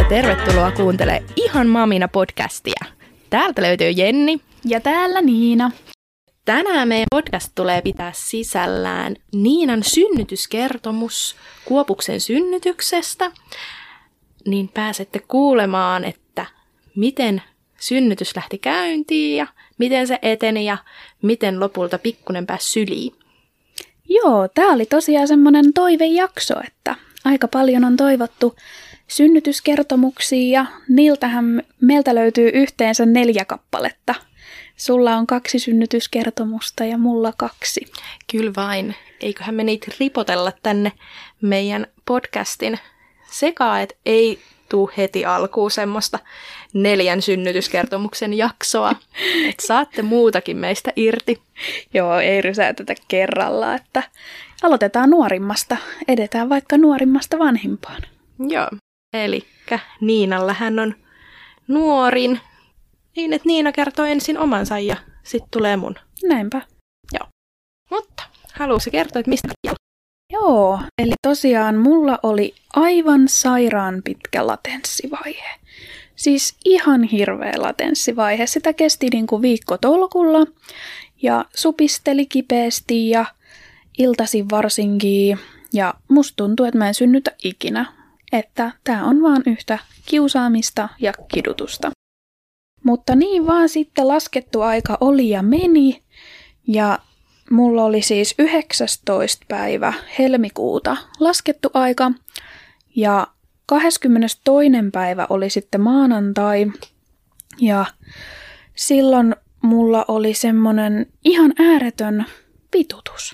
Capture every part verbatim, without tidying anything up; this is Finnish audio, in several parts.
tervetuloa kuuntelemaan Ihan Mamina podcastia. Täältä löytyy Jenni. Ja täällä Niina. Tänään meidän podcast tulee pitää sisällään Niinan synnytyskertomus Kuopuksen synnytyksestä. Niin pääsette kuulemaan, että miten synnytys lähti käyntiin ja miten se eteni ja miten lopulta pikkunen pääsi syliin. Joo, tää oli tosiaan semmonen toivejakso, että aika paljon on toivottu synnytyskertomuksia ja niiltähän meiltä löytyy yhteensä neljä kappaletta. Sulla on kaksi synnytyskertomusta ja mulla kaksi. Kyllä vain. Eiköhän me niitä ripotella tänne meidän podcastin sekaan, että ei tuu heti alkuun semmoista neljän synnytyskertomuksen jaksoa. Että saatte muutakin meistä irti. Joo, ei rysäytetä kerralla, että aloitetaan nuorimmasta. Edetään vaikka nuorimmasta vanhimpaan. Joo, elikkä Niinalla hän on nuorin. Niin, että Niina kertoo ensin omansa ja sitten tulee mun. Näinpä. Joo. Mutta haluaisi kertoa, että mistä on? Joo, eli tosiaan mulla oli aivan sairaan pitkä latenssivaihe. Siis ihan hirveä latenssivaihe. Sitä kesti niinku viikko tolkulla ja supisteli kipeästi ja iltaisin varsinkin. Ja musta tuntuu, että mä en synnytä ikinä. Että tää on vaan yhtä kiusaamista ja kidutusta. Mutta niin vaan sitten laskettu aika oli ja meni. Ja mulla oli siis yhdeksästoista päivä helmikuuta laskettu aika. Ja kahdeskymmenestoinen päivä oli sitten maanantai. Ja silloin mulla oli semmonen ihan ääretön vitutus.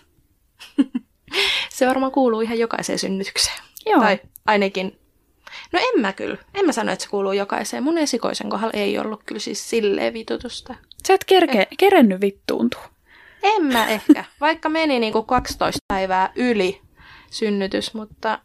Se varmaan kuuluu ihan jokaiseen synnytykseen. Joo. Tai ainakin, no en mä kyllä. En mä sano, että se kuuluu jokaiseen. Mun esikoisen kohdalla ei ollut kyllä siis silleen vitutusta. Sä et kerke, eh. kerennyt vittuuntua. En mä ehkä. Vaikka meni niinku kaksitoista päivää yli synnytys, mutta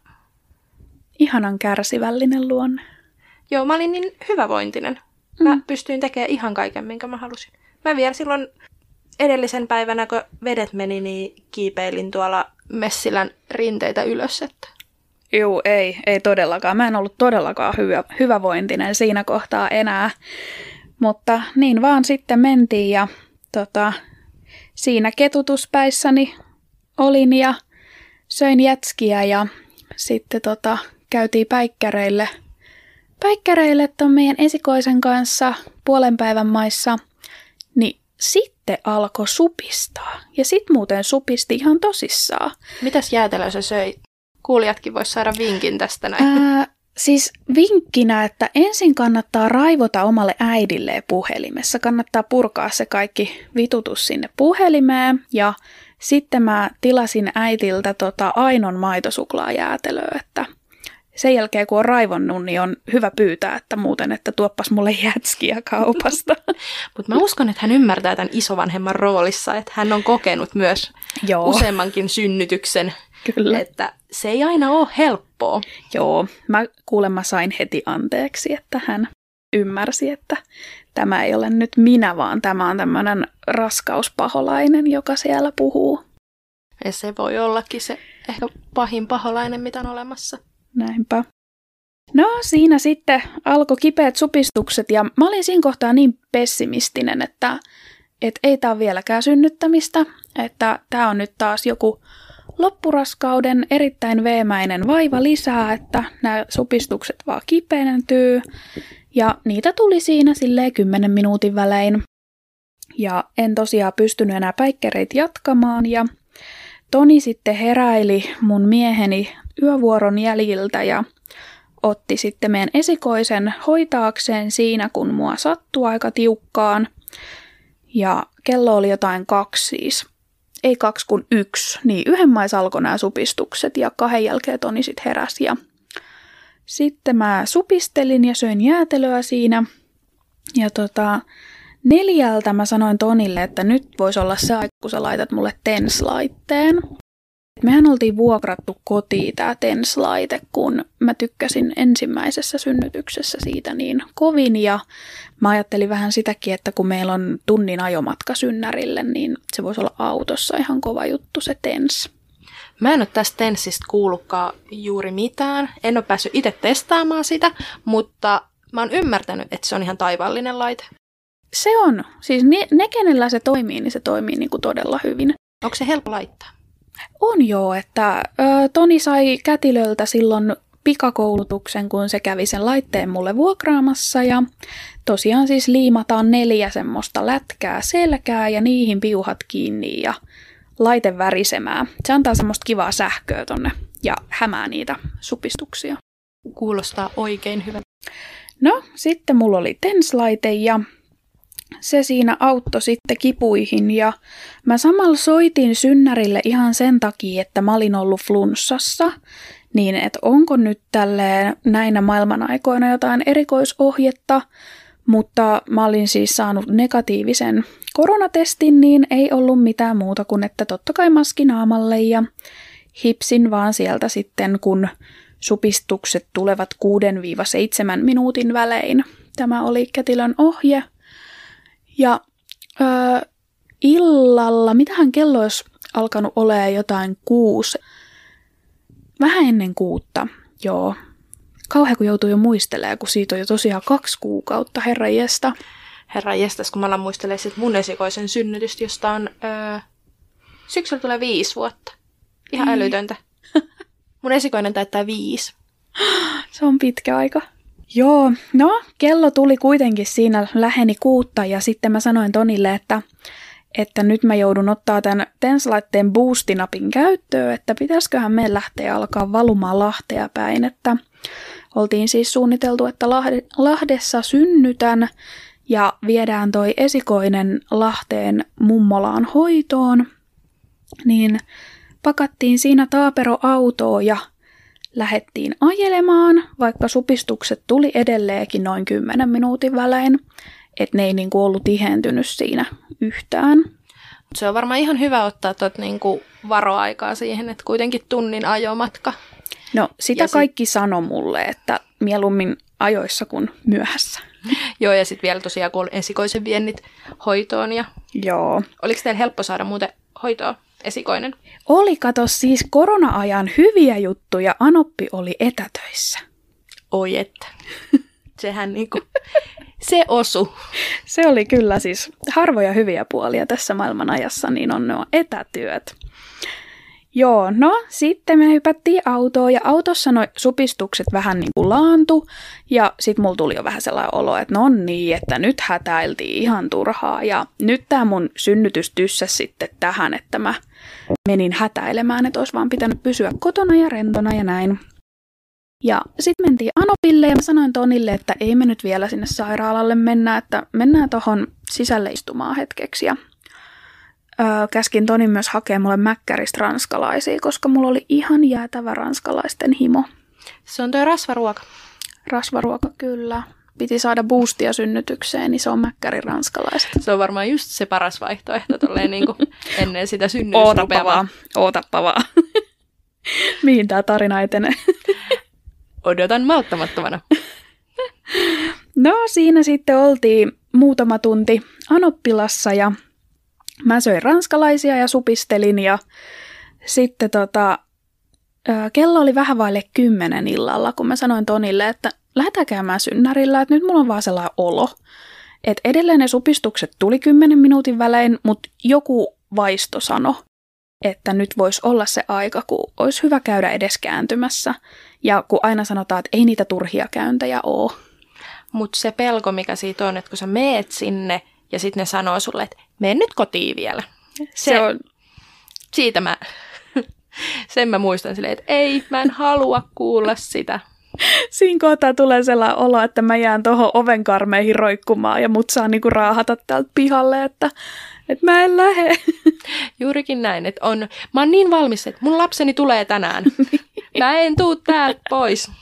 Ihanan kärsivällinen luonne. Joo, mä olin niin hyvävointinen. Mä mm. pystyin tekemään ihan kaiken, minkä mä halusin. Mä vielä silloin edellisen päivänä, kun vedet meni, niin kiipeilin tuolla Messilän rinteitä ylös. Että... Juu, ei, ei todellakaan. Mä en ollut todellakaan hyvä, hyvävointinen siinä kohtaa enää. Mutta niin vaan sitten mentiin ja tota, siinä ketutuspäissäni olin ja söin jätskiä ja sitten tota, käytiin päikkäreille, päikkäreille ton meidän esikoisen kanssa puolen päivän maissa, niin sitten alkoi supistaa. Ja sit muuten supisti ihan tosissaan. Mitäs jäätelöä se söi? Kuulijatkin vois saada vinkin tästä näin. Ää, siis vinkkinä, että ensin kannattaa raivota omalle äidilleen puhelimessa. Kannattaa purkaa se kaikki vitutus sinne puhelimeen ja sitten mä tilasin äitiltä tota Ainon maitosuklaajäätelöä, että sen jälkeen kun on raivonnut, niin on hyvä pyytää, että muuten, että tuoppas mulle jätskiä kaupasta. Mutta mä uskon, että hän ymmärtää tämän isovanhemman roolissa, että hän on kokenut myös Joo. useammankin synnytyksen, Kyllä. että se ei aina ole helppoa. Joo, mä kuulemma sain heti anteeksi, että hän ymmärsi, että tämä ei ole nyt minä, vaan tämä on tämmöinen raskauspaholainen, joka siellä puhuu. Ja se voi ollakin se ehkä pahin paholainen, mitä on olemassa. Näinpä. No siinä sitten alkoi kipeät supistukset ja mä olin siinä kohtaa niin pessimistinen, että, että ei tää ole vieläkään synnyttämistä, että tää on nyt taas joku loppuraskauden erittäin veemäinen vaiva lisää, että nämä supistukset vaan kipeäntyy. Ja niitä tuli siinä silleen kymmenen minuutin välein. Ja en tosiaan pystynyt enää päikkäreitä jatkamaan. Ja Toni sitten heräili mun mieheni yövuoron jäljiltä ja otti sitten meidän esikoisen hoitaakseen siinä, kun mua sattui aika tiukkaan. Ja kello oli jotain kaksi siis. Ei kaksi kun yksi. Niin yhden mais alkoi nämä supistukset ja kahden jälkeen Toni sitten heräsi. Ja sitten mä supistelin ja söin jäätelöä siinä. Ja tota, neljältä mä sanoin Tonille, että nyt voisi olla se aika, kun sä laitat mulle TENS-laitteen. Mehän oltiin vuokrattu kotiin tää TENS-laite, kun mä tykkäsin ensimmäisessä synnytyksessä siitä niin kovin. Ja mä ajattelin vähän sitäkin, että kun meillä on tunnin ajomatka synnärille, niin se voisi olla autossa ihan kova juttu se TENS. Mä en ole tästä Tenssistä kuullutkaan juuri mitään. En ole päässyt itse testaamaan sitä, mutta mä oon ymmärtänyt, että se on ihan taivaallinen laite. Se on. Siis ne, ne kenellä se toimii, niin se toimii niin kuin todella hyvin. Onko se helppo laittaa? On joo, että ö, Toni sai kätilöltä silloin pikakoulutuksen, kun se kävi sen laitteen mulle vuokraamassa. Ja tosiaan siis liimataan neljä semmoista lätkää selkää ja niihin piuhat kiinni ja laite värisemään. Se antaa semmoista kivaa sähköä tonne ja hämää niitä supistuksia. Kuulostaa oikein hyvältä. No, sitten mulla oli Tens-laite ja se siinä auttoi sitten kipuihin ja mä samalla soitin synnärille ihan sen takia, että mä olin ollut flunssassa, niin että onko nyt tälleen näinä maailman aikoina jotain erikoisohjetta, mutta mä olin siis saanut negatiivisen koronatestin, niin ei ollut mitään muuta kuin, että totta kai maski naamalle ja hipsin vaan sieltä sitten, kun supistukset tulevat kuudesta seitsemään minuutin välein. Tämä oli kätilön ohje. Ja öö, illalla, mitähän kello olisi alkanut olemaan jotain kuusi, vähän ennen kuutta, joo. Kauhean kun joutuu jo muistelemaan, kun siitä on jo tosiaan kaksi kuukautta, herranjesta. Herranjestas, kun mä alan muistelemaan sit mun esikoisen synnytystä, josta on öö, syksyllä tulee viisi vuotta. Ihan Ei. älytöntä. Mun esikoinen täyttää viisi. Se on pitkä aika. Joo, no kello tuli kuitenkin siinä läheni kuutta ja sitten mä sanoin Tonille, että, että nyt mä joudun ottaa tämän Tens-laitteen boostinapin käyttöön, että pitäisiköhän meidän lähteä alkaa valumaan Lahtea päin, että oltiin siis suunniteltu, että Lahdessa synnytän ja viedään toi esikoinen Lahteen mummolaan hoitoon, niin pakattiin siinä taaperoautoon ja lähdettiin ajelemaan, vaikka supistukset tuli edelleenkin noin kymmenen minuutin välein, että ne ei niinku ollut tihentynyt siinä yhtään. Se on varmaan ihan hyvä ottaa tuot niinku varoaikaa siihen, että kuitenkin tunnin ajomatka. No sitä ja kaikki sit sanoi mulle, että mieluummin ajoissa kuin myöhässä. Joo, ja sitten vielä tosiaan kun esikoisen viennit hoitoon. Ja Joo. Oliko teillä helppo saada muuten hoitoa? Esikoinen. Oli, kato siis korona-ajan hyviä juttuja. Anoppi oli etätöissä. Oi että. Sehän niinku, se osu. Se oli kyllä siis harvoja hyviä puolia tässä maailman ajassa, niin on nuo etätyöt. Joo, no sitten me hypättiin autoon ja autossa noi supistukset vähän niin kuin laantu. Ja sitten mulla tuli jo vähän sellainen olo, että no niin, että nyt hätäiltiin ihan turhaa. Ja nyt tää mun synnytys tyssäsi sitten tähän, että mä menin hätäilemään, että olisi vaan pitänyt pysyä kotona ja rentona ja näin. Ja sitten mentiin Anopille ja mä sanoin Tonille, että ei me nyt vielä sinne sairaalalle mennä, että mennään tohon sisälle istumaan hetkeksi. Ja öö, käskin Tonin myös hakea mulle mäkkäristä ranskalaisia, koska mulla oli ihan jäätävä ranskalaisten himo. Se on tuo rasvaruoka. Rasvaruoka, kyllä. Piti saada boostia synnytykseen, niin se on mäkkärin ranskalaiset. Se on varmaan just se paras vaihtoehto tolleen niin kuin ennen sitä synnytystä. Ootappa vaan, ootappa vaan. Mihin tää tarina etenee? Odotan malttamattomana. No siinä sitten oltiin muutama tunti Anoppilassa ja mä söin ranskalaisia ja supistelin ja sitten tota, kello oli vähän vaille kymmenen illalla, kun mä sanoin Tonille, että lähdetään käymään synnärillä, että nyt mulla on vaan sellainen olo. Että edelleen ne supistukset tuli kymmenen minuutin välein, mutta joku vaisto sanoi, että nyt voisi olla se aika, kun olisi hyvä käydä edes kääntymässä. Ja kun aina sanotaan, että ei niitä turhia käyntejä ole. Mutta se pelko, mikä siitä on, että kun sä meet sinne ja sitten ne sanoo sulle, että mene nyt kotiin vielä. Se, se on... Siitä mä, sen mä muistan silleen, että ei, mä en halua kuulla sitä. Siinä kohtaa tulee sellainen olo, että mä jään tuohon ovenkarmeihin roikkumaan ja mut saa niinku raahata täältä pihalle, että, että mä en lähde. Juurikin näin, että on, mä oon niin valmis, että mun lapseni tulee tänään. Mä en tuu täältä pois.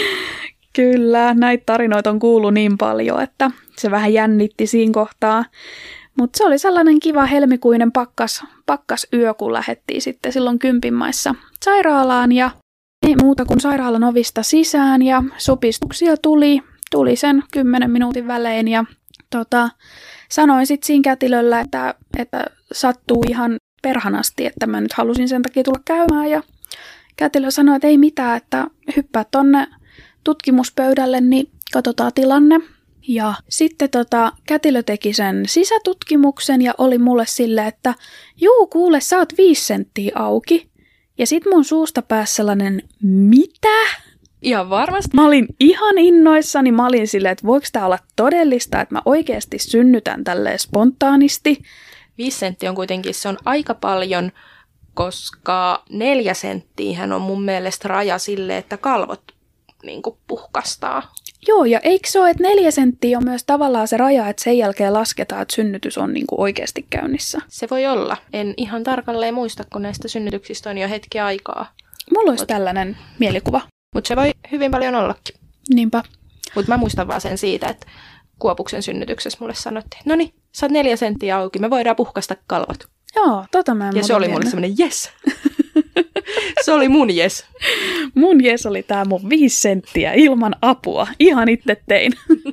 Kyllä, näitä tarinoita on kuullut niin paljon, että se vähän jännitti siinä kohtaa. Mutta se oli sellainen kiva helmikuinen pakkas, pakkas yö, kun lähdettiin sitten silloin kympinmaissa sairaalaan ja ei muuta kuin sairaalan ovista sisään ja supistuksia tuli, tuli sen kymmenen minuutin välein ja tota, sanoin sitten siinä kätilöllä, että, että sattuu ihan perhanasti, että mä nyt halusin sen takia tulla käymään. Ja kätilö sanoi, että ei mitään, että hyppää tonne tutkimuspöydälle, niin katsotaan tilanne. Ja sitten tota, kätilö teki sen sisätutkimuksen ja oli mulle sille, että juu, kuule, sä oot viisi senttiä auki. Ja sit mun suusta pääsi sellainen, mitä? Ihan varmasti. Mä olin ihan innoissani, mä olin silleen, että voiko tää olla todellista, että mä oikeasti synnytän tälleen spontaanisti. Viisi senttiä on kuitenkin, se on aika paljon, koska neljä senttiähän on mun mielestä raja sille, että kalvot niin kuin puhkastaa. Joo, ja eikö se ole, että neljä senttiä on myös tavallaan se raja, että sen jälkeen lasketaan, että synnytys on niin kuin oikeasti käynnissä? Se voi olla. En ihan tarkalleen muista, kun näistä synnytyksistä on jo hetki aikaa. Mulla olisi Mut, tällainen mielikuva. Mutta se voi hyvin paljon ollakin. Niinpä. Mutta mä muistan vaan sen siitä, että Kuopuksen synnytyksessä mulle sanottiin, no niin, sä oot neljä senttiä auki, me voidaan puhkasta kalvot. Joo, tota mä en Ja se oli mulle semmoinen jes. Se oli mun jes. Mun jes oli tää mun viisi senttiä ilman apua. Ihan itse tein.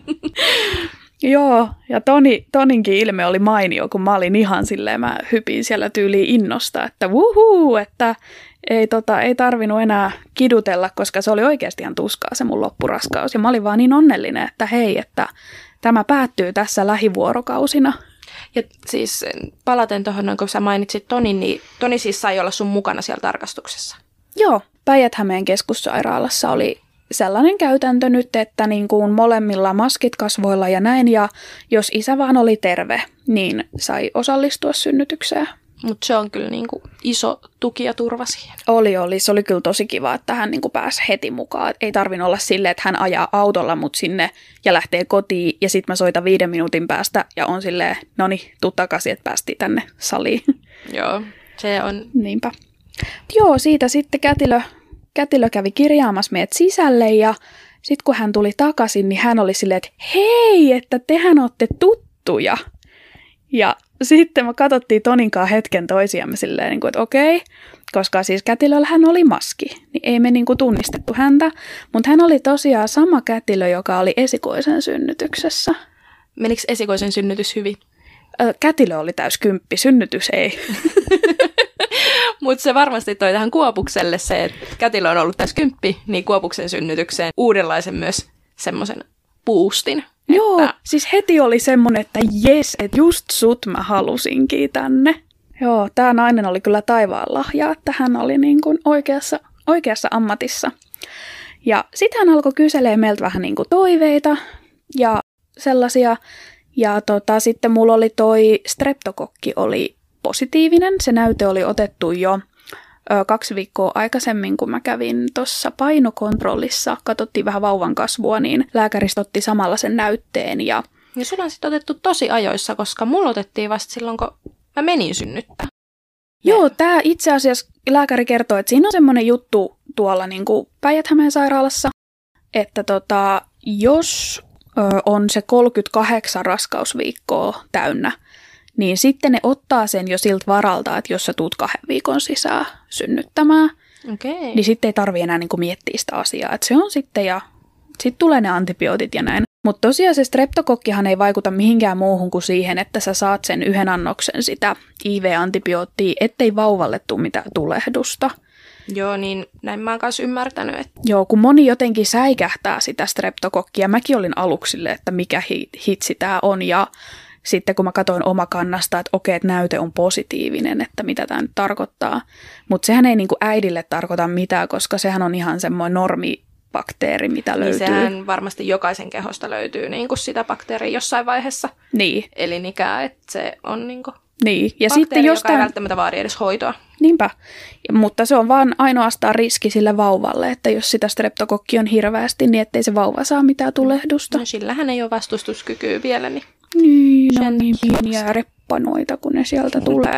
Joo, ja Toni, Toninkin ilme oli mainio, kun mä olin ihan silleen, mä hypin siellä tyyliin innosta, että wuhuu, että ei, tota, ei tarvinnut enää kidutella, koska se oli oikeasti ihan tuskaa se mun loppuraskaus. Ja mä olin vaan niin onnellinen, että hei, että tämä päättyy tässä lähivuorokausina. Ja siis palaten tuohon, kun sä mainitsit Tonin, niin Toni siis sai olla sun mukana siellä tarkastuksessa. Joo, Päijät-Hämeen keskussairaalassa oli sellainen käytäntö nyt, että niin kuin molemmilla maskit kasvoilla ja näin, ja jos isä vaan oli terve, niin sai osallistua synnytykseen. Mutta se on kyllä niinku iso tuki ja turva siihen. Oli, oli. Se oli kyllä tosi kiva, että hän niinku pääsi heti mukaan. Ei tarvinnut olla silleen, että hän ajaa autolla mut sinne ja lähtee kotiin, ja sitten mä soitan viiden minuutin päästä, ja on silleen, no niin, tuu takaisin, että päästiin tänne saliin. Joo, se on. Niinpä. Joo, siitä sitten kätilö, kätilö kävi kirjaamassa meidät sisälle, ja sitten kun hän tuli takaisin, niin hän oli silleen, että hei, että tehän olette tuttuja. Ja sitten me katsottiin Toninkaan hetken toisiamme silleen, että okei, koska siis kätilöllä hän oli maski, niin ei me niin kuin tunnistettu häntä, mutta hän oli tosiaan sama kätilö, joka oli esikoisen synnytyksessä. Menikö esikoisen synnytys hyvin? Kätilö oli täys kymppi, synnytys ei. Mutta se varmasti toi tähän Kuopukselle se, että kätilö on ollut täys kymppi, niin Kuopuksen synnytykseen uudenlaisen myös semmoisen boostin. Joo, että siis heti oli semmoinen, että jes, että just sut mä halusinkin tänne. Joo, tää nainen oli kyllä taivaan lahja, että hän oli niin kuin oikeassa, oikeassa ammatissa. Ja sitten hän alkoi kyselee meiltä vähän niin kuin toiveita ja sellaisia. Ja tota, sitten mulla oli toi streptokokki oli positiivinen. Se näyte oli otettu jo ö, kaksi viikkoa aikaisemmin, kun mä kävin tuossa painokontrollissa. Katsottiin vähän vauvan kasvua, niin lääkäristä otti samalla sen näytteen. Ja, ja sulla on sitten otettu tosi ajoissa, koska mulla otettiin vasta silloin, kun mä menin synnyttää. Joo, tämä itse asiassa lääkäri kertoo, että siinä on semmoinen juttu tuolla niin kuin Päijät-Hämeen sairaalassa, että tota, jos ö, on se kolmekymmentäkahdeksan raskausviikkoa täynnä, niin sitten ne ottaa sen jo siltä varalta, että jos sä tuut kahden viikon sisään synnyttämään, okay. niin sitten ei tarvitse enää niin kuin miettiä sitä asiaa. Että se on sitten ja sitten tulee ne antibiootit ja näin. Mutta tosiaan se streptokokkihan ei vaikuta mihinkään muuhun kuin siihen, että sä saat sen yhden annoksen sitä I V-antibioottia, ettei vauvalle tule mitään tulehdusta. Joo, niin näin mä oon kanssa ymmärtänyt. Että Joo, kun moni jotenkin säikähtää sitä streptokokkia. Mäkin olin aluksille, että mikä hitsi tää on. Ja sitten kun mä katsoin omakannasta, että okei, että näyte on positiivinen, että mitä tämä nyt tarkoittaa. Mutta sehän ei niinku äidille tarkoita mitään, koska sehän on ihan semmoinen normibakteeri, mitä löytyy. Niin sehän varmasti jokaisen kehosta löytyy niinku sitä bakteeria jossain vaiheessa. Niin. Elinikää, että se on niinku niin. Ja bakteeri, sitten jostain joka ei välttämättä vaadi edes hoitoa. Niinpä, mutta se on vaan ainoastaan riski sille vauvalle, että jos sitä streptokokkia on hirveästi, niin ettei se vauva saa mitään tulehdusta. No sillähän ei ole vastustuskykyä vielä, niin Niin, no niin pieniä reppanoita, kun ne sieltä tulee.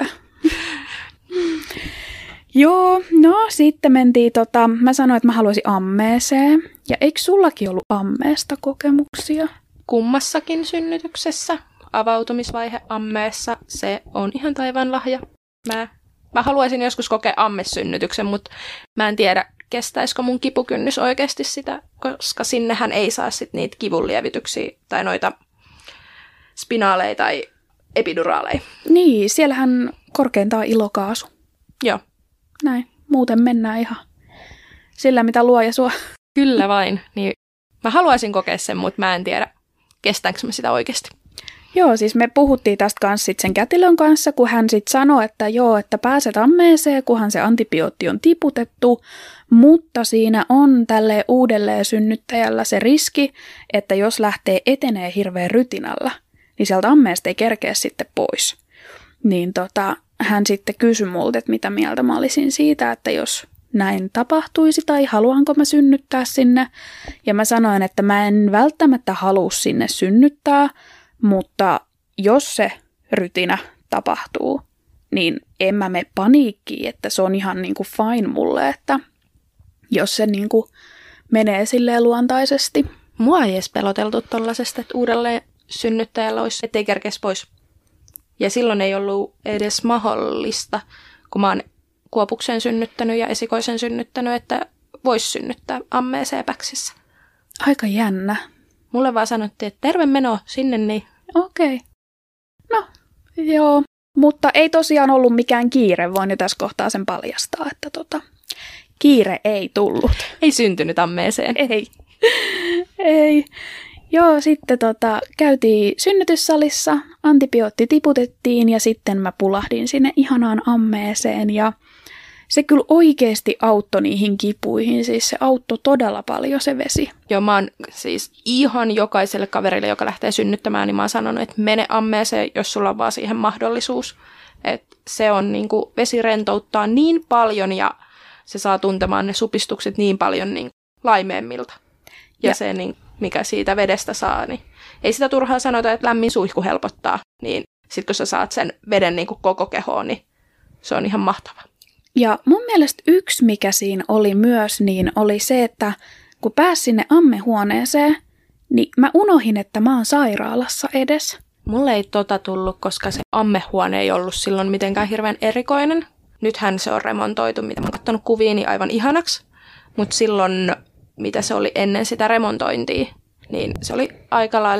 Joo, no sitten mentiin, tota, mä sanoin, että mä haluaisin ammeeseen. Ja eikö sullakin ollut ammeesta kokemuksia? Kummassakin synnytyksessä, avautumisvaihe ammeessa, se on ihan taivaan lahja. Mä, mä haluaisin joskus kokea ammesynnytyksen, mutta mä en tiedä, kestäisikö mun kipukynnys oikeasti sitä, koska sinnehän ei saa sit niitä kivunlievityksiä tai noita spinaaleja tai epiduraaleja. Niin, siellähän korkeintaan ilokaasu. Joo. Näin, muuten mennään ihan sillä, mitä luoja sua. Kyllä vain. Niin mä haluaisin kokea sen, mutta mä en tiedä, kestäänkö mä sitä oikeasti. Joo, siis me puhuttiin tästä kanssa sit sen kätilön kanssa, kun hän sitten sanoi, että joo, että pääset ammeeseen, kunhan se antibiootti on tiputettu, mutta siinä on tälle uudelleen synnyttäjällä se riski, että jos lähtee etenee hirveän rytinällä, niin sieltä ammeesta ei kerkeä sitten pois. Niin tota, hän sitten kysyi multa, että mitä mieltä mä olisin siitä, että jos näin tapahtuisi tai haluanko mä synnyttää sinne. Ja mä sanoin, että mä en välttämättä halua sinne synnyttää, mutta jos se rytinä tapahtuu, niin en mä mene paniikkiin, että se on ihan niin kuin fine mulle, että jos se niin kuin menee silleen luontaisesti. Mua ei edes peloteltu tollasesta, että uudelleen synnyttäjällä olisi, ettei kerkeisi pois. Ja silloin ei ollut edes mahdollista, kun mä oon Kuopuksen synnyttänyt ja esikoisen synnyttänyt, että voisi synnyttää ammeeseen päksissä. Aika jännä. Mulle vaan sanottiin, että terve meno sinne, niin... Okei. Okay. No, joo. Mutta ei tosiaan ollut mikään kiire, voin jo tässä kohtaa sen paljastaa, että tota, kiire ei tullut. Ei syntynyt ammeeseen. Ei. Ei. Joo, sitten tota, käytiin synnytyssalissa, antibiootti tiputettiin ja sitten mä pulahdin sinne ihanaan ammeeseen ja se kyllä oikeasti auttoi niihin kipuihin, siis se auttoi todella paljon se vesi. Joo, mä oon siis ihan jokaiselle kaverille, joka lähtee synnyttämään, niin mä oon sanonut, että mene ammeeseen, jos sulla on vaan siihen mahdollisuus. Että se on niinku, vesi rentouttaa niin paljon ja se saa tuntemaan ne supistukset niin paljon niin laimeemmilta. Ja, ja se, niin, mikä siitä vedestä saa, niin ei sitä turhaan sanota, että lämmin suihku helpottaa. Niin sit kun sä saat sen veden niin kuin koko kehoon, niin se on ihan mahtava. Ja mun mielestä yksi, mikä siinä oli myös, niin oli se, että kun pääsin sinne ammehuoneeseen, niin mä unohin, että mä oon sairaalassa edes. Mulle ei tota tullut, koska se ammehuone ei ollut silloin mitenkään hirveän erikoinen. Nythän se on remontoitu, mitä mä oon katsonut kuviin, niin aivan ihanaksi. Mutta silloin, mitä se oli ennen sitä remontointia, niin se oli aika lailla,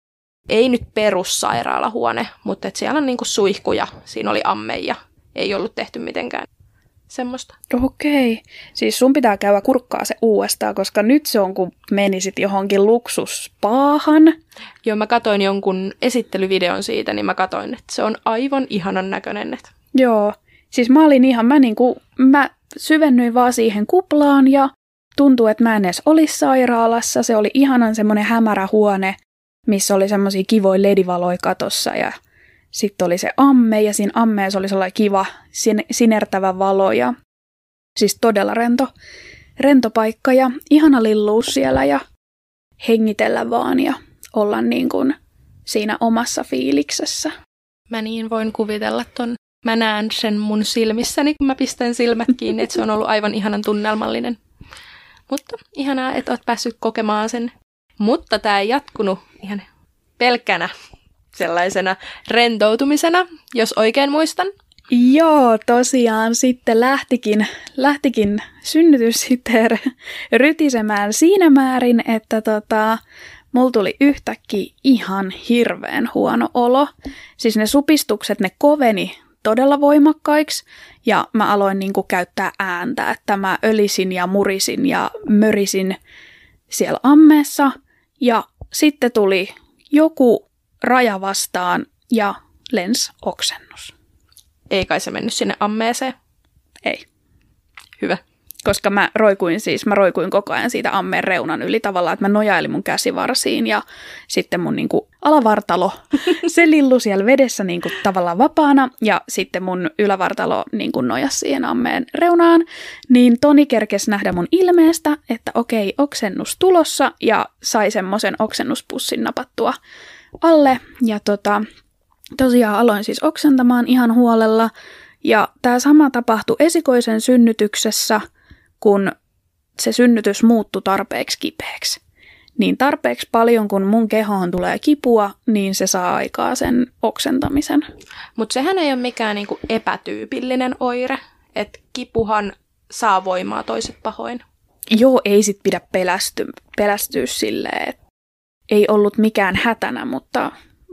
ei nyt perussairaalahuone, mutta et siellä on niinku suihku ja siinä oli amme ja ei ollut tehty mitenkään semmoista. Okei. Siis sun pitää käydä kurkkaa se uudestaan, koska nyt se on, kun menisit johonkin luksuspaahan. Joo, mä katoin jonkun esittelyvideon siitä, niin mä katoin, että se on aivan ihanan näköinen. Että... Joo. Siis mä olin ihan, mä niinku, mä syvennyin vaan siihen kuplaan ja tuntui, että mä en edes olisi sairaalassa. Se oli ihanan semmoinen hämärä huone, missä oli semmoisia kivoja ledivaloja katossa ja sitten oli se amme ja siinä ammeessa oli sellainen kiva sin- sinertävä valo ja siis todella rento, rento paikka ja ihana lilluus siellä ja hengitellä vaan ja olla niin kuin siinä omassa fiiliksessä. Mä niin voin kuvitella ton. Mä näen sen mun silmissäni, kun mä pistän silmät kiinni, että se on ollut aivan ihanan tunnelmallinen. Mutta ihanaa, että oot päässyt kokemaan sen. Mutta tää ei jatkunut ihan pelkkänä sellaisena rentoutumisena, jos oikein muistan. Joo, tosiaan sitten lähtikin, lähtikin synnytys sitten rytisemään siinä määrin, että tota, mulla tuli yhtäkkiä ihan hirveän huono olo. Siis ne supistukset, ne koveni todella voimakkaiksi ja mä aloin niinku käyttää ääntä, että mä ölisin ja murisin ja mörisin siellä ammeessa ja sitten tuli joku raja vastaan ja lens oksennus. Ei kai se mennyt sinne ammeeseen? Ei. Hyvä. Koska mä roikuin siis, mä roikuin koko ajan siitä ammeen reunan yli tavallaan, että mä nojailin mun käsivarsiin ja sitten mun niinku alavartalo, se lillu siellä vedessä niinku tavallaan vapaana ja sitten mun ylävartalo niinku nojasi siihen ammeen reunaan, niin Toni kerkesi nähdä mun ilmeestä, että okei, oksennus tulossa ja sai semmoisen oksennuspussin napattua alle ja tota, tosiaan aloin siis oksentamaan ihan huolella ja tämä sama tapahtui esikoisen synnytyksessä, kun se synnytys muuttui tarpeeksi kipeäksi. Niin tarpeeksi paljon, kun mun kehoon tulee kipua, niin se saa aikaa sen oksentamisen. Mutta sehän ei ole mikään niinku epätyypillinen oire, että kipuhan saa voimaa toiset pahoin. Joo, ei sit pidä pelästy, pelästyä silleen, että ei ollut mikään hätänä, mutta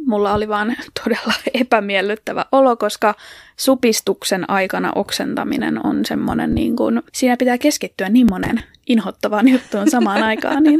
mulla oli vaan todella epämiellyttävä olo, koska supistuksen aikana oksentaminen on semmoinen, niin kuin, siinä pitää keskittyä niin monen inhottavaan juttuun samaan aikaan. Niin.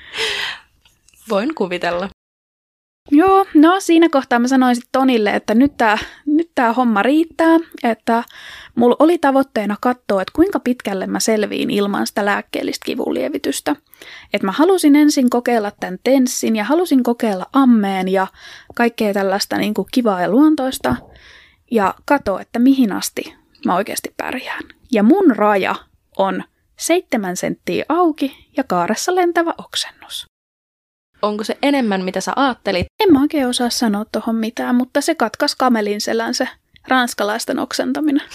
Voin kuvitella. Joo, no siinä kohtaa mä sanoin sitten Tonille, että nyt tää, nyt tää homma riittää, että mulla oli tavoitteena katsoa, että kuinka pitkälle mä selviin ilman sitä lääkkeellistä kivunlievitystä. Että mä halusin ensin kokeilla tämän tenssin ja halusin kokeilla ammeen ja kaikkea tällaista niin kuin kivaa ja luontoista ja katsoa, että mihin asti mä oikeasti pärjään. Ja mun raja on seitsemän senttiä auki ja kaaressa lentävä oksennus. Onko se enemmän, mitä sä ajattelit? En mä oikein osaa sanoa tuohon mitään, mutta se katkas kamelin selän se ranskalaisten oksentaminen.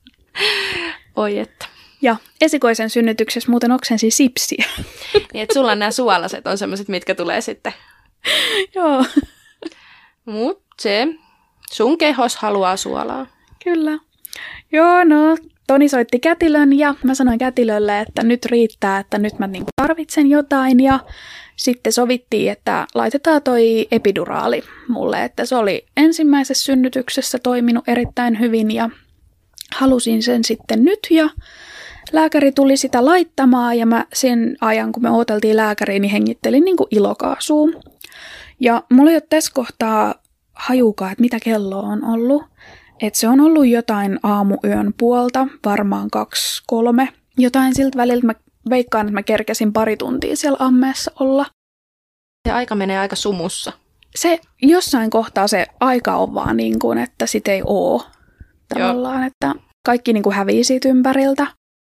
Oi että. Ja esikoisen synnytyksessä muuten oksensi sipsiä. Niin, että sulla nämä suolaset on sellaiset, mitkä tulee sitten. Joo. Mut se, sun kehos haluaa suolaa. Kyllä. Joo, no Toni soitti kätilön ja mä sanoin kätilölle, että nyt riittää, että nyt mä niinku tarvitsen jotain ja sitten sovittiin, että laitetaan toi epiduraali mulle, että se oli ensimmäisessä synnytyksessä toiminut erittäin hyvin ja halusin sen sitten nyt ja lääkäri tuli sitä laittamaan ja mä sen ajan, kun me odoteltiin lääkäriin, niin hengittelin niin kuin ilokaasuun. Ja mulla ei ole tässä kohtaa hajukaan, että mitä kello on ollut. Että se on ollut jotain aamuyön puolta, varmaan kaksi, kolme. Jotain siltä väliltä mä veikkaan, että mä kerkesin pari tuntia siellä ammeessa olla. Se aika menee aika sumussa. Se jossain kohtaa se aika on vaan niin kuin, että sit ei oo tavallaan, Joo. että kaikki niin kuin hävii siitä ympäriltä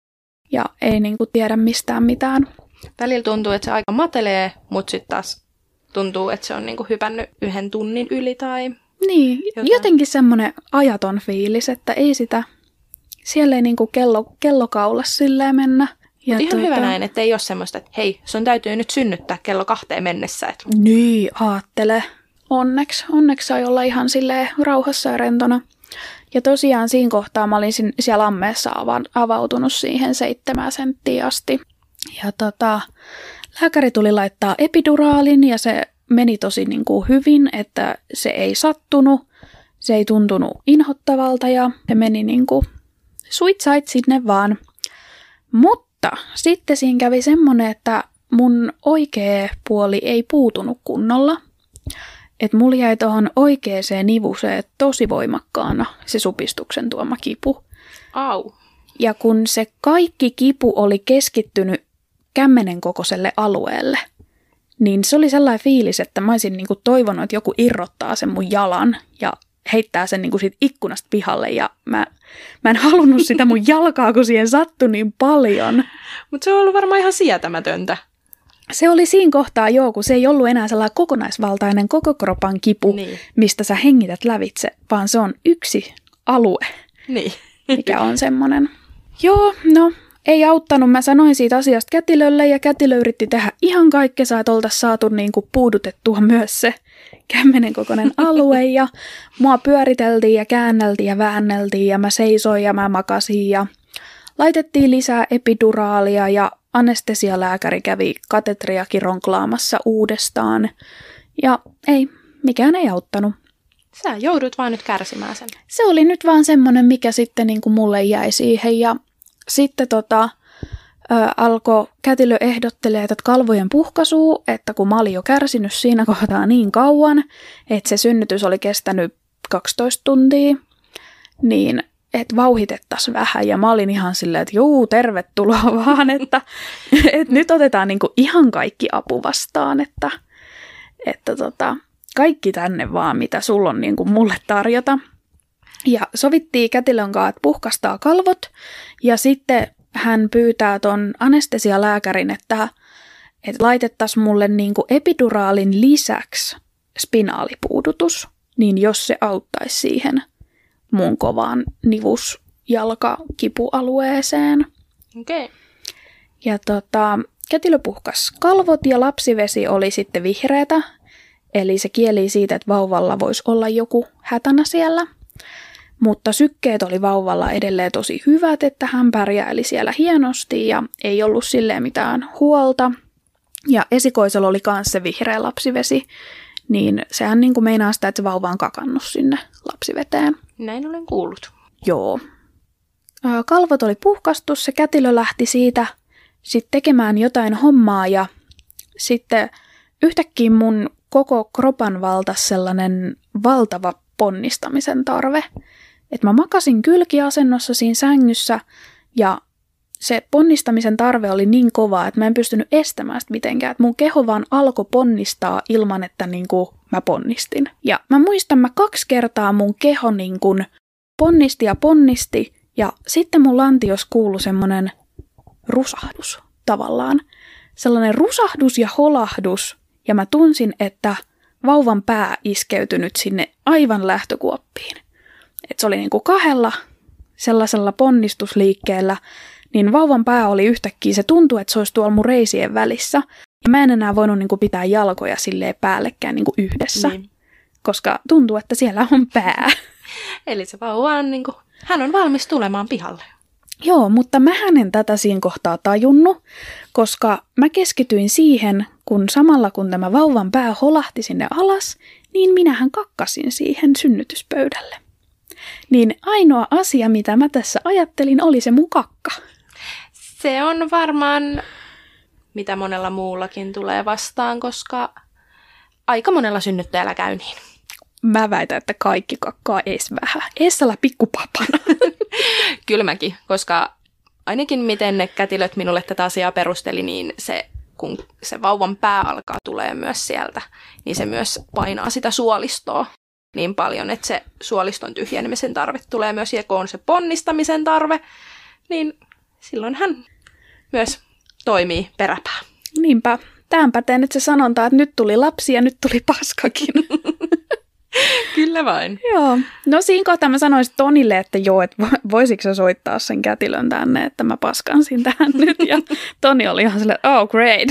ja ei niin kuin tiedä mistään mitään. Välillä tuntuu, että se aika matelee, mutta sitten taas tuntuu, että se on niin kuin hypännyt yhden tunnin yli tai Niin, jotain. Jotenkin semmoinen ajaton fiilis, että ei sitä, siellä ei niin kuin kello, kellokaulassa silleen mennä. Ja ihan tuota, hyvä näin, että ei ole semmoista, että hei, sun täytyy nyt synnyttää kello kahteen mennessä. Että Niin, aattele. Onneksi, onneksi sai olla ihan silleen rauhassa ja rentona. Ja tosiaan siinä kohtaa mä olin siellä ammeessa avautunut siihen seitsemään senttiin asti. Ja tota, lääkäri tuli laittaa epiduraalin ja se meni tosi niin kuin hyvin, että se ei sattunut, se ei tuntunut inhottavalta ja se meni niin kuin suitsait sinne vaan. Mutta sitten siinä kävi semmoinen, että mun oikea puoli ei puutunut kunnolla. Että mulla jäi tuohon oikeeseen nivuseen tosi voimakkaana se supistuksen tuoma kipu. Au. Ja kun se kaikki kipu oli keskittynyt kämmenen kokoiselle alueelle, niin se oli sellainen fiilis, että mä olisin niinku toivonut, että joku irrottaa sen mun jalan ja heittää sen niinku siitä ikkunasta pihalle. Ja mä, mä en halunnut sitä mun jalkaa, kun siihen sattui niin paljon. Mutta se on ollut varmaan ihan sietämätöntä. Se oli siinä kohtaa joo, kun se ei ollut enää sellainen kokonaisvaltainen koko kropan kipu, niin. Mistä sä hengität lävitse, vaan se on yksi alue, niin. Mikä on semmoinen. Joo, no ei auttanut. Mä sanoin siitä asiasta kätilölle ja kätilö yritti tehdä ihan kaikkensa, että oltaisiin saatu niin kuin puudutettua myös se kämmenen kokoinen alue ja mua pyöriteltiin ja käänneltiin ja väänneltiin ja mä seisoin ja mä makasin ja laitettiin lisää epiduraalia ja anestesialääkäri kävi katetriakin ronklaamassa uudestaan ja ei, mikään ei auttanut. Sä joudut vaan nyt kärsimään sen. Se oli nyt vaan semmoinen, mikä sitten niin kuin mulle jäi siihen ja sitten tota, ä, alkoi kätilö ehdottelee että kalvojen puhkaisua, että kun mä olin jo kärsinyt siinä kohtaa niin kauan, että se synnytys oli kestänyt kaksitoista tuntia, niin että vauhitettaisiin vähän. Ja mä olin ihan silleen, että juu, tervetuloa vaan, että, että nyt otetaan niinku ihan kaikki apu vastaan, että, että tota, kaikki tänne vaan, mitä sulla on niinku mulle tarjota. Ja sovittiin kätilön kanssa, että puhkastaa kalvot ja sitten hän pyytää ton anestesialääkärin, että, että laitettaisiin mulle niinku epiduraalin lisäksi spinaalipuudutus, niin jos se auttaisi siihen mun kovaan nivusjalkakipualueeseen. Okei. Okay. Ja tota, kätilö puhkas kalvot ja lapsivesi oli sitten vihreätä, eli se kieli siitä, että vauvalla voisi olla joku hätänä siellä. Mutta sykkeet oli vauvalla edelleen tosi hyvät, että hän pärjäili siellä hienosti ja ei ollut silleen mitään huolta. Ja esikoisella oli myös se vihreä lapsivesi, niin sehän niin kuin meinaa sitä, että se vauva on kakannut sinne lapsiveteen. Näin olen kuullut. Joo. Kalvot oli puhkastu, se kätilö lähti siitä sitten tekemään jotain hommaa ja sitten yhtäkkiä mun koko kropan valtasi sellainen valtava ponnistamisen tarve. Että mä makasin kylkiasennossa siinä sängyssä ja se ponnistamisen tarve oli niin kova, että mä en pystynyt estämään sitä mitenkään. Että mun keho vaan alkoi ponnistaa ilman, että niin kuin mä ponnistin. Ja mä muistan, mä kaksi kertaa mun keho niin kuin ponnisti ja ponnisti ja sitten mun lantios kuului semmoinen rusahdus tavallaan. Sellainen rusahdus ja holahdus ja mä tunsin, että vauvan pää iskeytynyt sinne aivan lähtökuoppiin. Et se oli niinku kahdella sellaisella ponnistusliikkeellä, niin vauvan pää oli yhtäkkiä, se tuntui, että se olisi tuolla mun reisien välissä. Ja mä en enää voinut niinku pitää jalkoja silleen päällekkäin niinku yhdessä, niin. Koska tuntuu, että siellä on pää. Eli se vauva on niinku, hän on valmis tulemaan pihalle. Joo, mutta mä en tätä siinä kohtaa tajunnut, koska mä keskityin siihen, kun samalla kun tämä vauvan pää holahti sinne alas, niin minähän kakkasin siihen synnytyspöydälle. Niin ainoa asia, mitä mä tässä ajattelin, oli se mun kakka. Se on varmaan, mitä monella muullakin tulee vastaan, koska aika monella synnyttäjällä käy niin. Mä väitän, että kaikki kakkaa ees vähän. Eessalla pikkupapana. Kyllä mäkin, koska ainakin miten ne kätilöt minulle tätä asiaa perusteli, niin se, kun se vauvan pää alkaa tulee myös sieltä, niin se myös painaa sitä suolistoa niin paljon, että se suoliston tyhjenemisen tarve tulee myös, ja kun on se ponnistamisen tarve, niin silloin hän myös toimii peräpää. Niinpä. Tähän pätee nyt se sanonta, että nyt tuli lapsi ja nyt tuli paskakin. Kyllä vain. Joo. No siinä kohtaa mä sanoisin Tonille, että joo, että voisitko sä soittaa sen kätilön tänne, että mä paskansin tähän nyt. Ja Toni oli ihan silleen, oh great.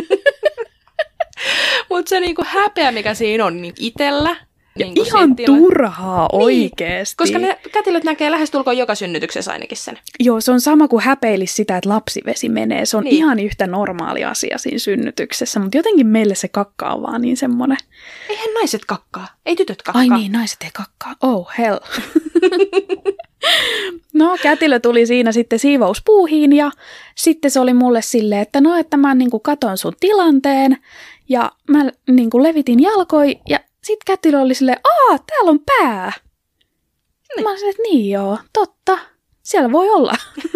Mutta se niinku häpeä, mikä siinä on niin itsellä. Niinku ihan turhaa niin, oikeesti. Koska ne kätilöt näkee lähestulkoon joka synnytyksessä ainakin sen. Joo, se on sama kuin häpeilisi sitä, että lapsivesi menee. Se on niin. Ihan yhtä normaali asia siinä synnytyksessä, mutta jotenkin meille se kakka on vaan niin semmoinen. Eihän naiset kakkaa, ei tytöt kakkaa. Ai niin, naiset ei kakkaa. Oh hell. No, kätilö tuli siinä sitten siivouspuuhiin ja sitten se oli mulle silleen, että no, että mä niinku katon sun tilanteen ja mä niinku levitin jalkoi ja sitten kätilö oli silleen, aa, täällä on pää. Niin. Mä olin silleen, että niin joo, totta, siellä voi olla.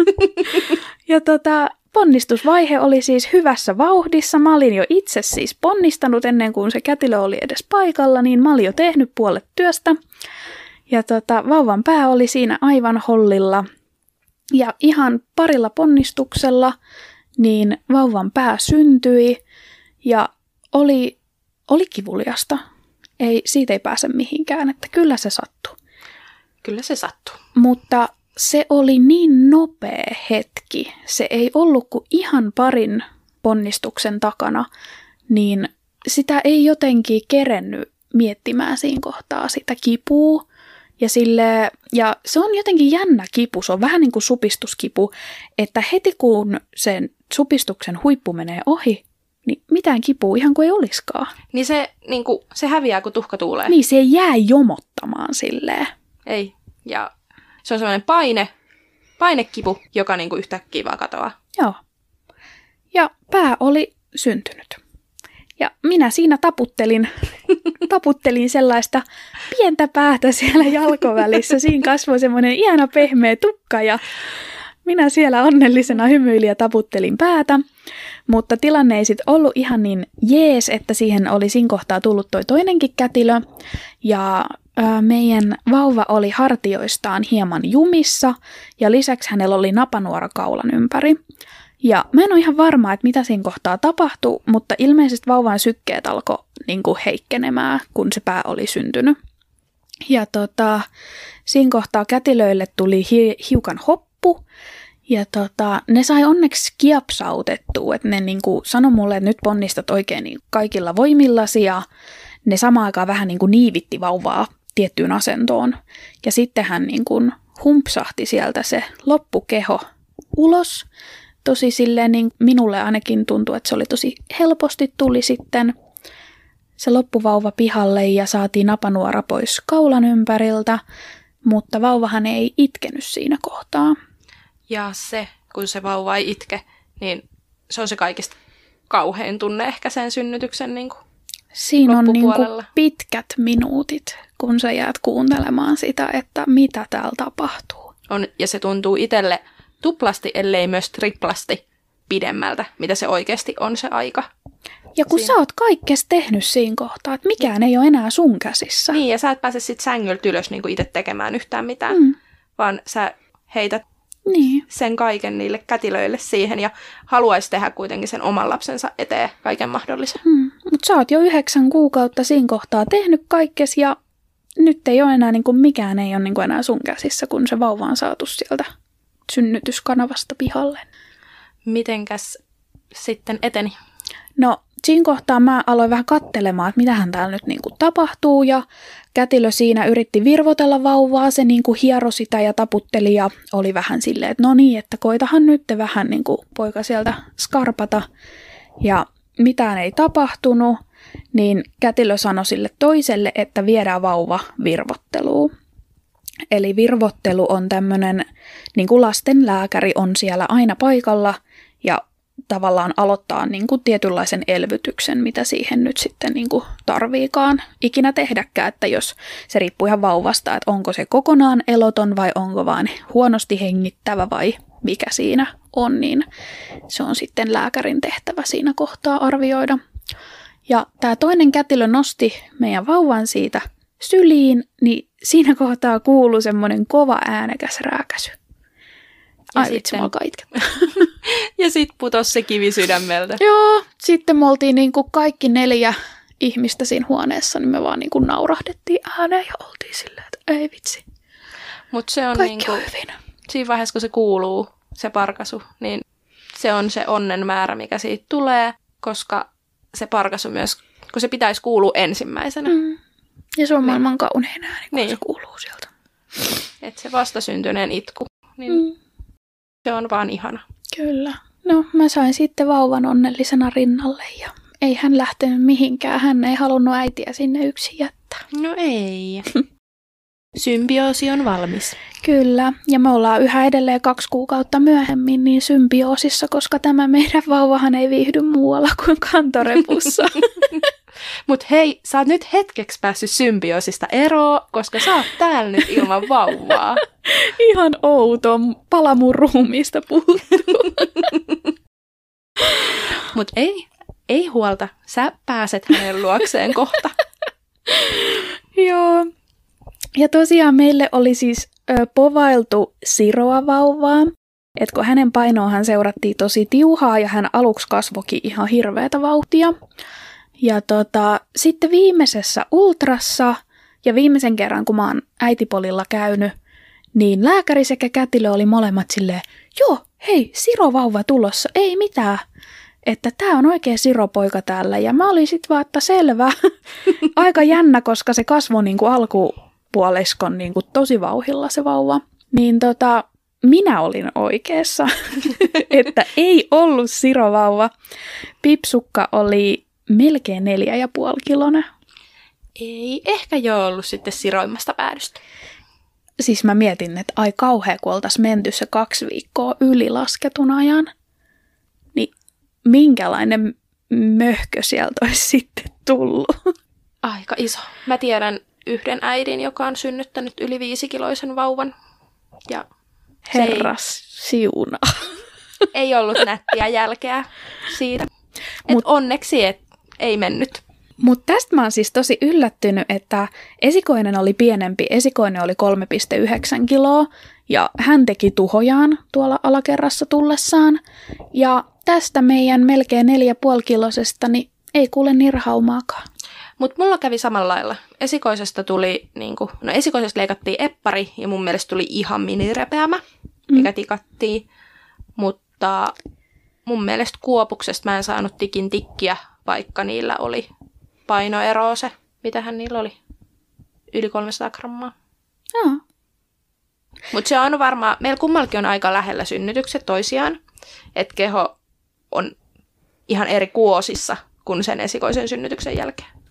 Ja tota, ponnistusvaihe oli siis hyvässä vauhdissa. Mä olin jo itse siis ponnistanut ennen kuin se kätilö oli edes paikalla, niin mä olin jo tehnyt puolet työstä. Ja tota, vauvan pää oli siinä aivan hollilla. Ja ihan parilla ponnistuksella, niin vauvan pää syntyi ja oli, oli kivuliasta. Ei, siitä ei pääse mihinkään, että kyllä se sattui. Kyllä se sattui. Mutta se oli niin nopea hetki. Se ei ollut kuin ihan parin ponnistuksen takana, niin sitä ei jotenkin kerennyt miettimään siinä kohtaa sitä kipua. Ja, sille, ja se on jotenkin jännä kipu, se on vähän niin kuin supistuskipu, että heti kun sen supistuksen huippu menee ohi, niin mitään kipua ihan kuin ei olisikaan. Niin se, niin kuin, se häviää, kun tuhka tuulee. Niin, se ei jää jomottamaan silleen. Ei, ja se on sellainen paine, painekipu, joka niin kuin yhtäkkiä vaan katoaa. Joo. Ja pää oli syntynyt. Ja minä siinä taputtelin, taputtelin sellaista pientä päätä siellä jalkovälissä. Siinä kasvoi semmoinen ihana pehmeä tukka ja minä siellä onnellisena hymyilin ja taputtelin päätä. Mutta tilanne ei sitten ollut ihan niin jees, että siihen oli siinä kohtaa tullut toi toinenkin kätilö. Ja ää, meidän vauva oli hartioistaan hieman jumissa ja lisäksi hänellä oli napanuora kaulan ympäri. Ja mä en ole ihan varma, että mitä siinä kohtaa tapahtui, mutta ilmeisesti vauvan sykkeet alkoi niin kuin heikkenemään, kun se pää oli syntynyt. Ja tota, siinä kohtaa kätilöille tuli hi- hiukan hoppu, ja tota, ne sai onneksi kiapsautettua, että ne niin kuin sanoi mulle, että nyt ponnistat oikein niin kaikilla voimillasi, ja ne samaan aikaan vähän niin kuin niivitti vauvaa tiettyyn asentoon. Ja sitten hän niin kuin humpsahti sieltä se loppukeho ulos. Tosi silleen, niin minulle ainakin tuntui, että se oli tosi helposti tuli sitten. se loppuvauva pihalle ja saatiin napanuora pois kaulan ympäriltä, mutta vauvahan ei itkenyt siinä kohtaa. Ja se, kun se vauva ei itke, niin se on se kaikista kauhein tunne ehkä sen synnytyksen niin kuin siinä on niin kuin pitkät minuutit, kun sä jäät kuuntelemaan sitä, että mitä täällä tapahtuu. On, ja se tuntuu itselle tuplasti, ellei myös triplasti pidemmältä, mitä se oikeasti on se aika. Ja kun siinä. Sä oot kaikkes tehnyt siinä kohtaa, että mikään ei ole enää sun käsissä. Niin, ja sä et pääse sit sängyltä ylös niin kuin itse tekemään yhtään mitään, mm. vaan sä heität niin. sen kaiken niille kätilöille siihen ja haluaisi tehdä kuitenkin sen oman lapsensa eteen kaiken mahdollisen. Mm. Mutta sä oot jo yhdeksän kuukautta siinä kohtaa tehnyt kaikkes ja nyt ei ole enää, niin kuin mikään ei ole niin kuin enää sun käsissä, kun se vauva on saatu sieltä synnytyskanavasta pihalle. Mitenkäs sitten eteni? No siinä kohtaa mä aloin vähän katselemaan, että mitähän täällä nyt niin kuin tapahtuu ja kätilö siinä yritti virvotella vauvaa, se niin kuin hiero sitä ja taputteli ja oli vähän silleen, että no niin, että koitahan nyt vähän niin kuin poika sieltä skarpata ja mitään ei tapahtunut, niin kätilö sanoi sille toiselle, että viedään vauva virvotteluun. Eli virvottelu on tämmöinen, niin kuin lastenlääkäri on siellä aina paikalla ja tavallaan aloittaa niin kuin tietynlaisen elvytyksen, mitä siihen nyt sitten niin kuin tarviikaan ikinä tehdäkään, että jos se riippuu ihan vauvasta, että onko se kokonaan eloton vai onko vaan huonosti hengittävä vai mikä siinä on, niin se on sitten lääkärin tehtävä siinä kohtaa arvioida. Ja tämä toinen kätilö nosti meidän vauvan siitä syliin, niin siinä kohtaa kuului semmoinen kova äänekäs rääkäsy. Ai vitsi, mä alkaa itkeä. Ja sitten putosi se kivi sydämeltä. Joo, sitten me oltiin niin kuin kaikki neljä ihmistä siinä huoneessa, niin me vaan niin kuin naurahdettiin ääneen ja oltiin silleen, että ei vitsi. Mut se on kaikki niin kuin, on hyvin. Siinä vaiheessa, kun se kuuluu, se parkasu, niin se on se onnen määrä, mikä siitä tulee, koska se parkasu myös, kun se pitäisi kuulua ensimmäisenä. Mm. Ja se on maailman niin. kaunein ääni, kun niin. se kuuluu sieltä. Että se vastasyntyneen itku, niin mm. se on vaan ihana. Kyllä. No mä sain sitten vauvan onnellisena rinnalle ja ei hän lähtenyt mihinkään. Hän ei halunnut äitiä sinne yksin jättää. No ei. Symbioosi on valmis. Kyllä, ja me ollaan yhä edelleen kaksi kuukautta myöhemmin niin symbioosissa, koska tämä meidän vauvahan ei viihdy muualla kuin kantorepussa. Mut hei, sä oot nyt hetkeksi päässyt symbioosista eroon, koska sä oot täällä nyt ilman vauvaa. Ihan outo, pala mun ruumiista puuttuu. Mut ei, ei huolta, sä pääset hänen luokseen kohta. Joo. Ja tosiaan meille oli siis ö, povailtu siroa vauvaa, että kun hänen painoahan seurattiin tosi tiuhaa ja hän aluksi kasvoikin ihan hirveätä vauhtia. Ja tota, sitten viimeisessä ultrassa ja viimeisen kerran, kun mä oon äitipolilla käynyt, niin lääkäri sekä kätilö oli molemmat silleen, joo, hei, sirovauva tulossa, ei mitään. Että tää on oikea siropoika täällä. Ja mä olin sit vaan, että selvä. Aika jännä, koska se kasvoi niinku alkupuoleskon niinku tosi vauhilla se vauva. Niin tota, minä olin oikeassa, että ei ollut sirovauva. Pipsukka oli melkein neljä ja puoli kilonen. Ei ehkä jo ollut sitten siroimmasta päädystä. Siis mä mietin, että ai kauhea, kun oltaisiin menty se kaksi viikkoa yli lasketun ajan. Niin minkälainen möhkö sieltä olisi sitten tullut? Aika iso. Mä tiedän yhden äidin, joka on synnyttänyt yli viisikiloisen vauvan. Ja herras siuna. Ei ollut nättiä jälkeä siitä. Mut, et onneksi et, ei mennyt. Mutta tästä mä oon siis tosi yllättynyt, että esikoinen oli pienempi. Esikoinen oli kolme pilkku yhdeksän kiloa ja hän teki tuhojaan tuolla alakerrassa tullessaan. Ja tästä meidän melkein neljä puoli kilosesta niin ei kuule nirhaumaakaan. Mutta mulla kävi samalla lailla. Esikoisesta tuli, niinku, no esikoisesta leikattiin eppari ja mun mielestä tuli ihan minirepeämä, mikä mm. tikattiin. Mutta mun mielestä kuopuksesta mä en saanut tikin tikkiä, vaikka niillä oli painoeroa se, mitähän niillä oli, yli kolmesataa grammaa. Joo. Mutta se on varmaan, meillä kummallakin on aika lähellä synnytykset toisiaan, että keho on ihan eri kuosissa kuin sen esikoisen synnytyksen jälkeen.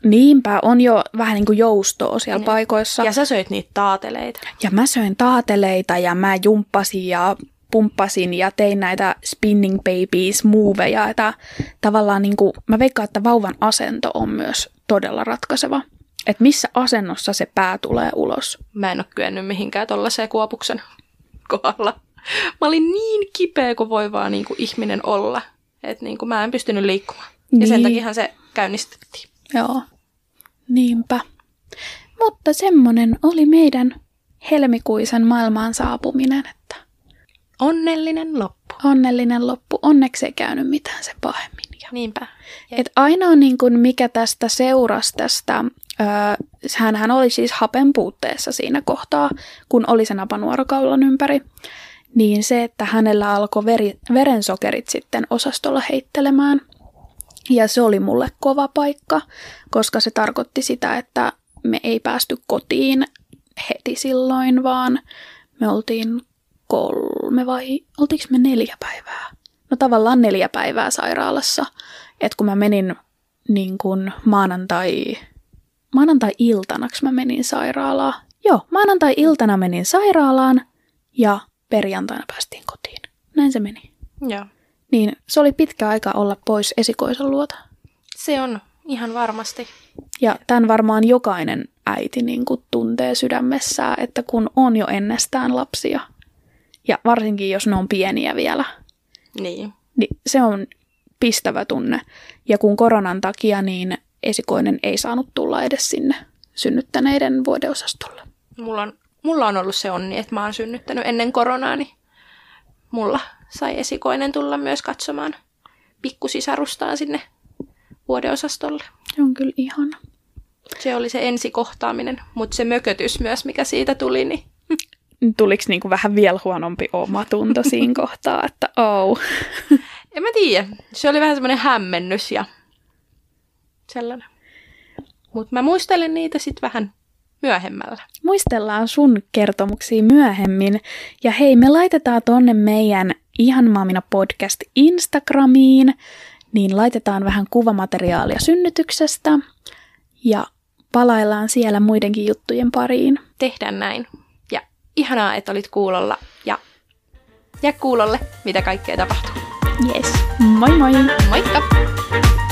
Niinpä, on jo vähän niin kuin joustoa siellä niin. paikoissa. Ja sä söit niitä taateleita. Ja mä söin taateleita ja mä jumppasin ja pumppasin ja tein näitä spinning babies moveja. Että tavallaan niin kuin, mä veikkaan, että vauvan asento on myös todella ratkaiseva. Että missä asennossa se pää tulee ulos. Mä en ole kyennyt mihinkään tollaiseen Kuopuksen kohdalla. Mä olin niin kipeä kuin voi vaan niin kuin ihminen olla. Että niin kuin mä en pystynyt liikkumaan. Niin. Ja sen takiahan se käynnistettiin. Joo, niinpä. Mutta semmonen oli meidän helmikuisen maailmaan saapuminen, että onnellinen loppu. Onnellinen loppu. Onneksi ei käynyt mitään sen pahemmin. Ja niinpä. Et ainoa niin kuin mikä tästä seurasi tästä, öö, hänhän oli siis hapen puutteessa siinä kohtaa, kun oli se napanuorokaulan ympäri, niin se, että hänellä alkoi veri, verensokerit sitten osastolla heittelemään. Ja se oli mulle kova paikka, koska se tarkoitti sitä, että me ei päästy kotiin heti silloin, vaan me oltiin kolme vai oltiinko me neljä päivää? No tavallaan neljä päivää sairaalassa. Että kun mä menin niin kuin maanantai, maanantai-iltanaks mä menin sairaalaan. Joo, maanantai-iltana menin sairaalaan ja perjantaina päästiin kotiin. Näin se meni. Joo. Niin se oli pitkä aika olla pois esikoisen luota. Se on ihan varmasti. Ja tämän varmaan jokainen äiti niin kuin tuntee sydämessään, että kun on jo ennestään lapsia, ja varsinkin jos ne on pieniä vielä, niin, niin se on pistävä tunne. Ja kun koronan takia, niin esikoinen ei saanut tulla edes sinne synnyttäneiden vuodeosastolle. Mulla on, mulla on ollut se onni, että mä oon synnyttänyt ennen koronaa, niin mulla sai esikoinen tulla myös katsomaan pikkusisarustaan sinne vuodeosastolle. Se on kyllä ihana. Se oli se ensikohtaaminen, mutta se mökötys myös, mikä siitä tuli, niin tuliko niinku vähän vielä huonompi omatunto siinä kohtaa, että oh. En mä tiedä. Se oli vähän semmoinen hämmennys ja sellainen. Mutta mä muistelen niitä sitten vähän myöhemmällä. Muistellaan sun kertomuksia myöhemmin. Ja hei, me laitetaan tonne meidän Ihan Maamina podcast Instagramiin, niin laitetaan vähän kuvamateriaalia synnytyksestä ja palaillaan siellä muidenkin juttujen pariin. Tehdään näin. Ja ihanaa, että olit kuulolla ja jää kuulolle, mitä kaikkea tapahtuu. Yes. Moi moi! Moikka!